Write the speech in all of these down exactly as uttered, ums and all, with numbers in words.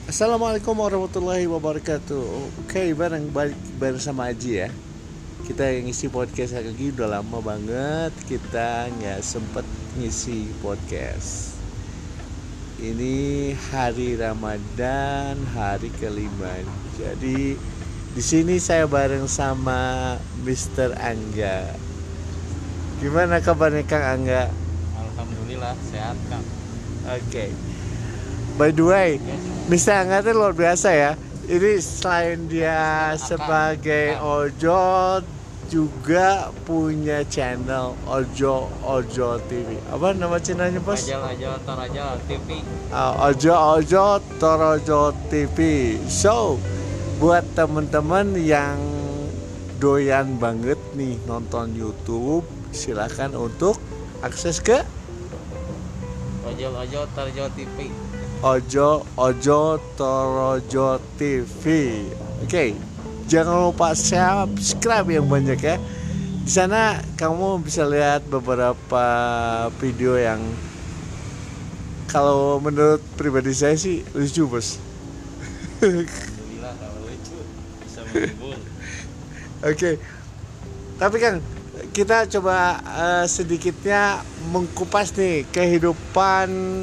Assalamualaikum warahmatullahi wabarakatuh. Oke, bareng balik bareng sama Aji ya. Kita yang ngisi podcast lagi udah lama banget kita nggak sempet ngisi podcast. Ini hari Ramadan, hari kelima. Jadi di sini saya bareng sama mister Angga. Gimana kabarnya Kang Angga? Alhamdulillah sehat Kang. Oke. Okay. By the way, mister Angga itu luar biasa ya. Ini selain dia sebagai Ojo juga punya channel Ojo Ojo T V. Apa nama channelnya bos? Ojo Ojo Torojo T V. Uh, Ojo Ojo Torojo T V. So, buat teman-teman yang doyan banget nih nonton YouTube, silakan untuk akses ke Ojo Ojo Torojo T V. Ojo Ojo Torojo T V. Oke, okay. Jangan lupa subscribe yang banyak ya. Di sana kamu bisa lihat beberapa video yang kalau menurut pribadi saya sih lucu bos. Alhamdulillah kalau lucu bisa menghibur. Oke, okay. Tapi Kang, kita coba uh, sedikitnya mengkupas nih kehidupan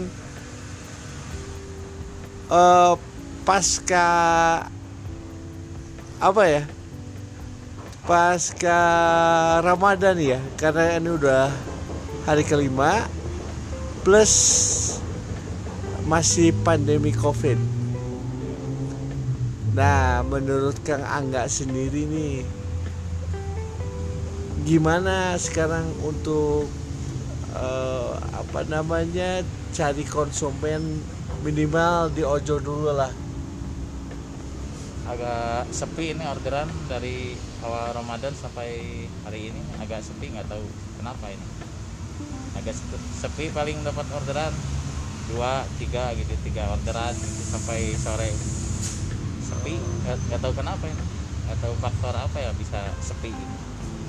Uh, pasca apa ya pasca Ramadan ya, karena ini udah hari kelima plus masih pandemi COVID. Nah, menurut Kang Angga sendiri nih, gimana sekarang untuk uh, apa namanya cari konsumen minimal di Ojo dulu lah. Agak sepi ini orderan dari awal Ramadan sampai hari ini agak sepi, nggak tahu kenapa ini. Agak sepi, paling dapat orderan dua tiga gitu, tiga orderan gitu, sampai sore sepi, nggak tahu kenapa ini, nggak tahu faktor apa ya bisa sepi gitu.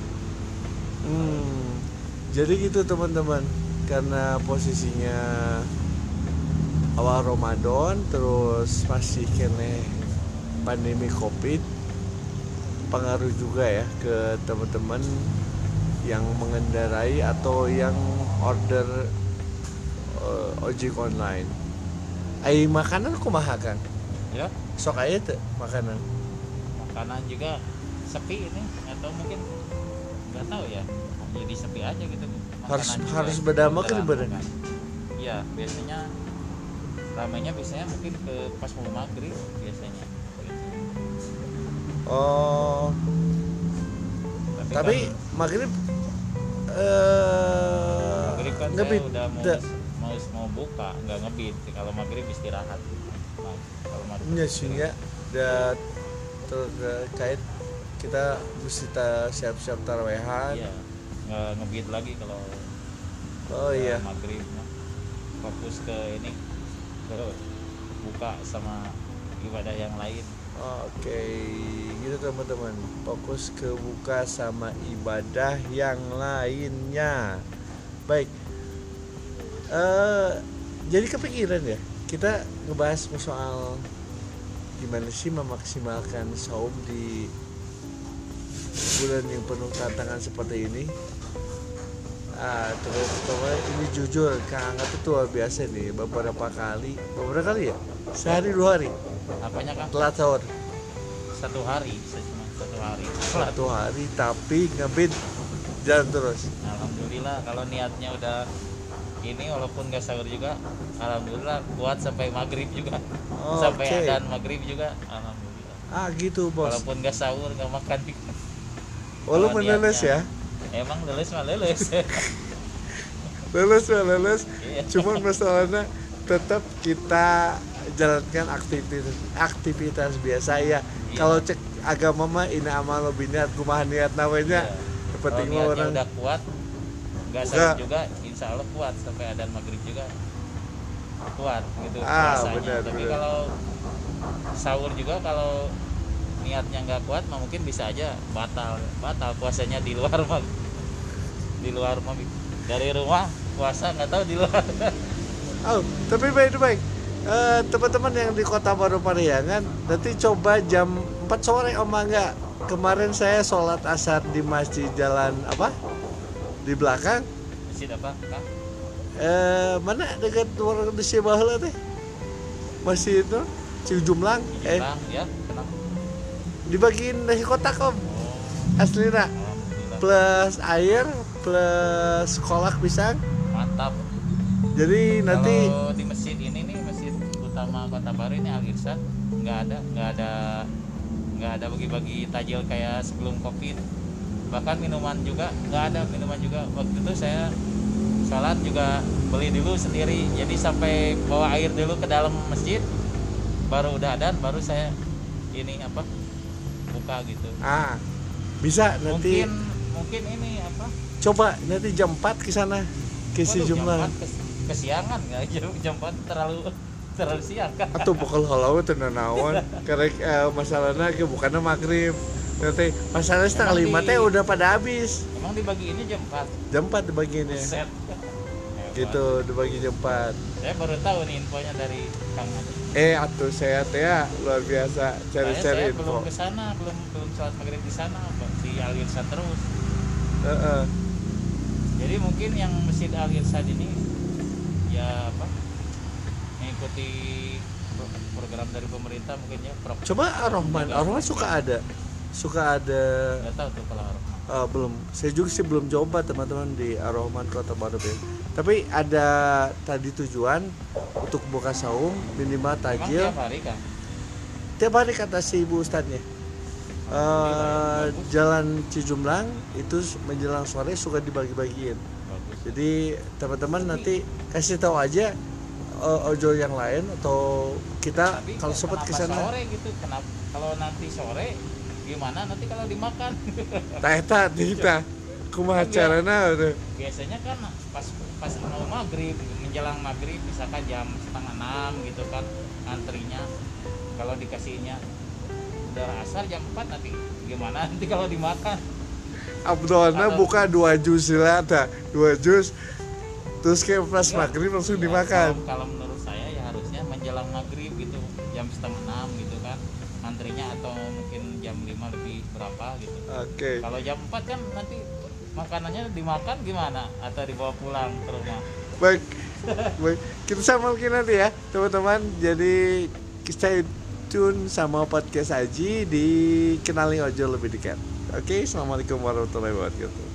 Hmm, jadi gitu teman-teman, karena posisinya awal Ramadan terus masih kene pandemi COVID, pengaruh juga ya ke teman-teman yang mengendarai atau yang order uh, ojek online. Ai makanan kumaha Kang? Ya, sok aya teh makanan. Makanan juga sepi ini, atau mungkin nggak tahu ya, jadi sepi aja gitu. Harus harus berdamai kan ibaratnya. Iya, biasanya ramainya biasanya mungkin ke pas mau maghrib biasanya. Oh, tapi, tapi kan, maghrib uh, maghrib kan ngebit saya udah mau, da. mau mau buka, nggak ngebit. Kalau maghrib istirahat. Nah, kalau maghrib ya sih ya, udah terkait kita mesti siap-siap tarawehan. Iya, nggak ngebit lagi kalau oh iya maghrib. Nah, fokus ke ini, buka sama ibadah yang lain. Oke, okay. Gitu teman-teman, fokus ke buka sama ibadah yang lainnya. Baik, uh, jadi kepikiran ya kita ngebahas soal gimana sih memaksimalkan saum di bulan yang penuh tantangan seperti ini. Ah, terus terus ini jujur Kang Angga tuh luar biasa nih, beberapa kali beberapa kali ya sehari dua hari apanya Kang? Telat sahur satu hari cuma satu hari satu hari tapi ngebit jalan terus. Alhamdulillah, kalau niatnya udah ini walaupun gak sahur juga alhamdulillah kuat sampai maghrib juga. Oh, sampai okay. Adzan maghrib juga alhamdulillah. Ah gitu bos, walaupun gak sahur gak makan walaupun leles ya. Emang leles mah leles. leles mah leles. Iya. Cuman masalahnya tetap kita jalankan aktivitas aktivitas biasa ya. Iya. Kalau cek agama mah ina amal binat kumaha niat namanya. Iya. Penting kalau orang udah kuat nggak sahur juga insya Allah kuat sampai adzan maghrib juga kuat gitu ah, rasanya. Benar, tapi benar. Kalau sahur juga kalau niatnya nggak kuat mah mungkin bisa aja batal batal puasanya di luar mah di luar mah dari rumah puasa nggak tahu di luar. Oh, tapi by the way, Eh, teman-teman yang di Kota Baru Parahyangan, nanti coba jam empat sore Om Mangga. Kemarin saya sholat asar di masjid jalan apa? Di belakang. Masjid apa, Kang? Eh, mana dekat warung di Baheula teh? Masih itu Ciujumlang. Eh, Bang, ya, kenapa? dibagiin nasi kotak Om. Oh, Aslina. alhamdulillah. Plus air, plus kolak pisang. Mantap. Jadi nanti Kalau di masjid ini nih, masjid utama Kota Baru ini Al Irsyad, nggak ada nggak ada nggak ada bagi-bagi tajil kayak sebelum Covid. Bahkan minuman juga nggak ada, minuman juga. Waktu itu saya sholat juga beli dulu sendiri, jadi sampai bawa air dulu ke dalam masjid, baru udah adan, baru saya ini apa buka gitu. ah bisa nanti Mungkin mungkin ini apa? coba nanti jam empat ke sana ke Waduh, Ciujumlang. jam empat kes- kesiangan nggak? Jam jam empat terlalu terlalu siang kan? Atau bakal halau teu naon karena eh, masalahnya ke bukannya maghrib nanti masalahnya setengah Emang lima di- teh udah pada habis Emang dibagiinnya jam empat. jam empat dibagiinnya Set. gitu dibagi jam empat. Saya baru tahu nih infonya dari Kang Adi. Eh atuh saya teh ya luar biasa Saya, cari-cari saya info. belum ke sana, belum belum sholat maghrib di sana, Pak. Di Al Irsyad terus. Heeh. Jadi mungkin yang masjid Al Irsyad ini ya apa? Mengikuti pro- program dari pemerintah mungkin ya. Pro- Coba Ar-Rahman, Ar-Rahman suka ada suka ada Nggak tahu tuh kalau Ar-Rahman. eh, belum saya juga sih belum coba teman-teman di Ar-Rahman Kota Baru. Tapi ada tadi tujuan untuk buka saum minimal Emang tajil tiap hari kan? tiap hari kata si ibu ustadznya. Eh, jalan Ciujumlang itu menjelang sore suka dibagi-bagiin. Bagus. Jadi teman-teman nanti kasih tahu aja eh, ojol yang lain atau kita Tapi kalau sempat ke kenapa sana. sore gitu? Kenapa kalau nanti sore gimana nanti kalau dimakan? Tah eta kita kumaha Kan carana tuh. Biasanya kan pas pas mau maghrib, menjelang maghrib misalkan jam setengah enam gitu kan antrinya, kalau dikasihnya udah asar jam empat nanti gimana nanti kalau dimakan? Abdulna Kalau- buka dua jus lah, ada dua jus terus kayak pas Enggak. maghrib langsung Iya, dimakan. Kalau, kalau menurut saya ya harusnya menjelang maghrib gitu, jam setengah enam gitu kan antrinya, atau mungkin jam lima lebih berapa gitu. Oke. Kalau jam empat kan nanti makanannya dimakan gimana atau dibawa pulang ke rumah? Baik. Baik. Kita sambungin nanti ya, teman-teman. Jadi stay tune sama podcast Aji di Kenali Ojol lebih dekat. Oke, assalamualaikum warahmatullahi wabarakatuh.